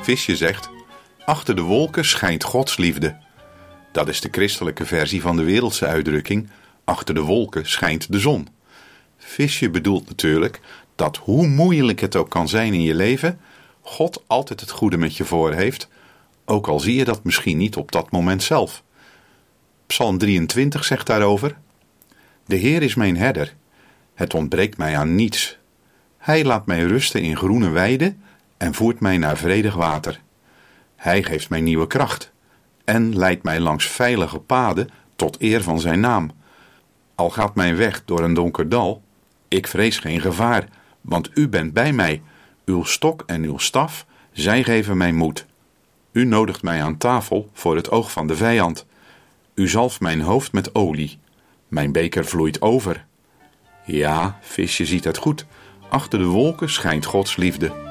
Visje zegt: achter de wolken schijnt Gods liefde. Dat is de christelijke versie van de wereldse uitdrukking: achter de wolken schijnt de zon. Visje bedoelt natuurlijk dat hoe moeilijk het ook kan zijn in je leven, God altijd het goede met je voor heeft, ook al zie je dat misschien niet op dat moment zelf. Psalm 23 zegt daarover: de Heer is mijn herder, het ontbreekt mij aan niets. Hij laat mij rusten in groene weiden en voert mij naar vredig water. Hij geeft mij nieuwe kracht en leidt mij langs veilige paden tot eer van zijn naam. Al gaat mijn weg door een donker dal, ik vrees geen gevaar, want u bent bij mij. Uw stok en uw staf, zij geven mij moed. U nodigt mij aan tafel voor het oog van de vijand. U zalft mijn hoofd met olie. Mijn beker vloeit over. Ja, Visje ziet het goed. Achter de wolken schijnt Gods liefde.